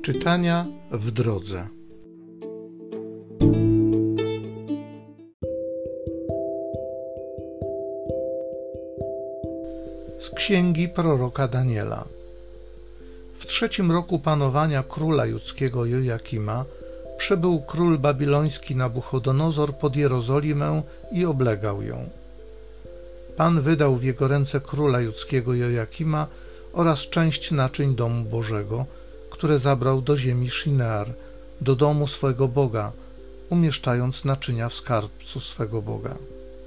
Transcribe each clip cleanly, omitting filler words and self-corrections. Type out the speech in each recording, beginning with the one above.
Czytania w drodze. Z księgi proroka Daniela. W 3. roku panowania króla judzkiego Jojakima przybył król babiloński Nabuchodonozor pod Jerozolimę i oblegał ją. Pan wydał w jego ręce króla judzkiego Jojakima oraz część naczyń domu Bożego, które zabrał do ziemi Shinear, do domu swego Boga, umieszczając naczynia w skarbcu swego Boga.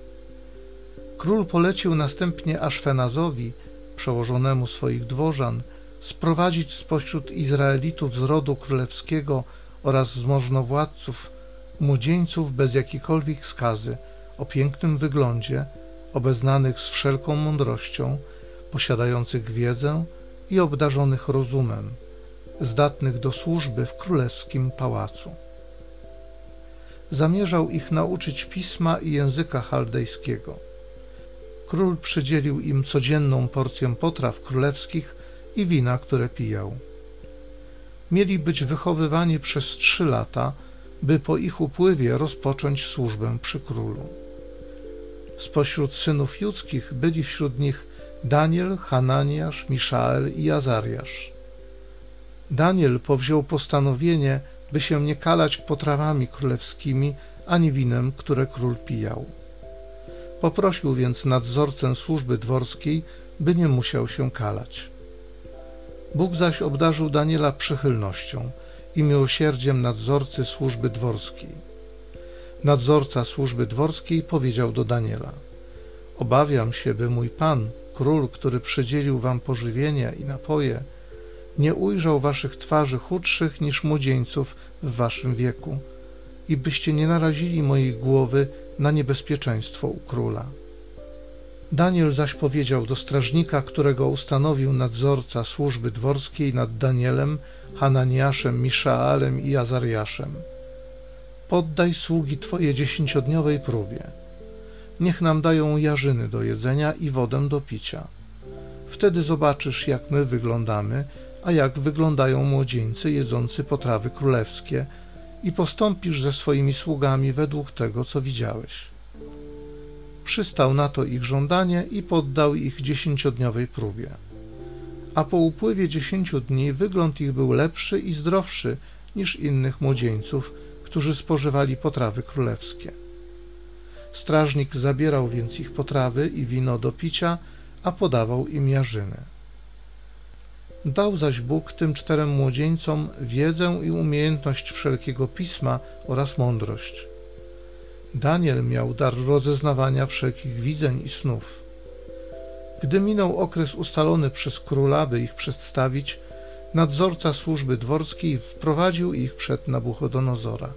Król polecił następnie Aszfenazowi, przełożonemu swoich dworzan, sprowadzić spośród Izraelitów z rodu królewskiego oraz z możnowładców młodzieńców bez jakiejkolwiek skazy, o pięknym wyglądzie, obeznanych z wszelką mądrością, posiadających wiedzę i obdarzonych rozumem, zdatnych do służby w królewskim pałacu. Zamierzał ich nauczyć pisma i języka chaldejskiego. Król przydzielił im codzienną porcję potraw królewskich i wina, które pijał. Mieli być wychowywani przez 3 lata, by po ich upływie rozpocząć służbę przy królu. Spośród synów judzkich byli wśród nich Daniel, Hananiasz, Miszael i Azariasz. Daniel powziął postanowienie, by się nie kalać potrawami królewskimi ani winem, które król pijał. Poprosił więc nadzorcę służby dworskiej, by nie musiał się kalać. Bóg zaś obdarzył Daniela przychylnością i miłosierdziem nadzorcy służby dworskiej. Nadzorca służby dworskiej powiedział do Daniela: „Obawiam się, by mój pan, król, który przydzielił wam pożywienie i napoje, nie ujrzał waszych twarzy chudszych niż młodzieńców w waszym wieku i byście nie narazili mojej głowy na niebezpieczeństwo u króla”. Daniel zaś powiedział do strażnika, którego ustanowił nadzorca służby dworskiej nad Danielem, Hananiaszem, Miszaelem i Azariaszem: „Poddaj sługi twoje 10-dniowej próbie. Niech nam dają jarzyny do jedzenia i wodę do picia. Wtedy zobaczysz, jak my wyglądamy, a jak wyglądają młodzieńcy jedzący potrawy królewskie, i postąpisz ze swoimi sługami według tego, co widziałeś”. Przystał na to ich żądanie i poddał ich 10-dniowej próbie. A po upływie 10 dni wygląd ich był lepszy i zdrowszy niż innych młodzieńców, którzy spożywali potrawy królewskie. Strażnik zabierał więc ich potrawy i wino do picia, a podawał im jarzyny. Dał zaś Bóg tym 4 młodzieńcom wiedzę i umiejętność wszelkiego pisma oraz mądrość. Daniel miał dar rozeznawania wszelkich widzeń i snów. Gdy minął okres ustalony przez króla, by ich przedstawić, nadzorca służby dworskiej wprowadził ich przed Nabuchodonozora.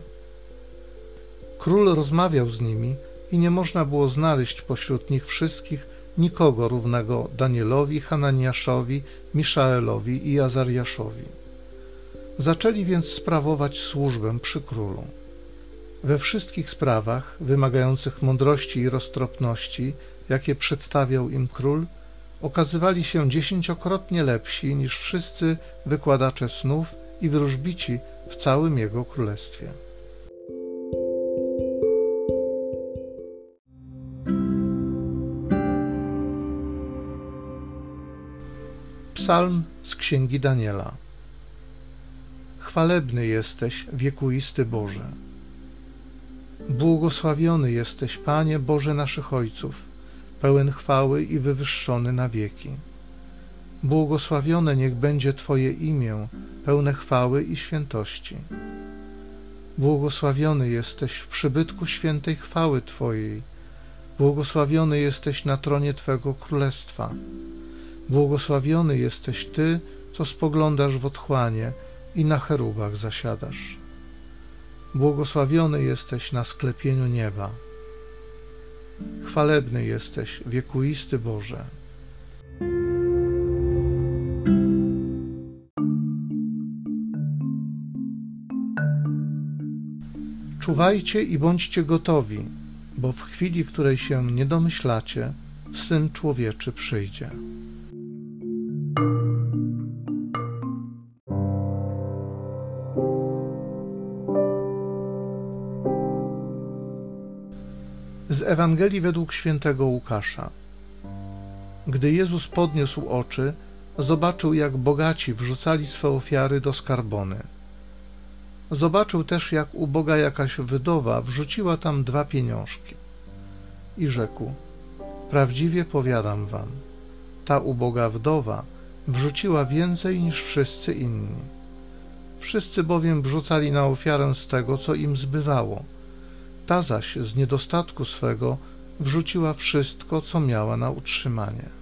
Król rozmawiał z nimi i nie można było znaleźć pośród nich wszystkich nikogo równego Danielowi, Hananiaszowi, Miszaelowi i Azariaszowi. Zaczęli więc sprawować służbę przy królu. We wszystkich sprawach wymagających mądrości i roztropności, jakie przedstawiał im król, okazywali się 10-krotnie lepsi niż wszyscy wykładacze snów i wróżbici w całym jego królestwie. Psalm z księgi Daniela. Chwalebny jesteś, wiekuisty Boże. Błogosławiony jesteś, Panie Boże naszych ojców, pełen chwały i wywyższony na wieki. Błogosławione niech będzie Twoje imię, pełne chwały i świętości. Błogosławiony jesteś w przybytku świętej chwały Twojej. Błogosławiony jesteś na tronie Twego królestwa. Błogosławiony jesteś Ty, co spoglądasz w otchłanie i na cherubach zasiadasz. Błogosławiony jesteś na sklepieniu nieba. Chwalebny jesteś, wiekuisty Boże. Czuwajcie i bądźcie gotowi, bo w chwili, której się nie domyślacie, Syn Człowieczy przyjdzie. – Ewangelii według świętego Łukasza. Gdy Jezus podniósł oczy, zobaczył, jak bogaci wrzucali swe ofiary do skarbony. Zobaczył też, jak uboga jakaś wdowa wrzuciła tam 2 pieniążki. I rzekł: prawdziwie powiadam wam, ta uboga wdowa wrzuciła więcej niż wszyscy inni. Wszyscy bowiem wrzucali na ofiarę z tego, co im zbywało. Ta zaś z niedostatku swego wrzuciła wszystko, co miała na utrzymanie.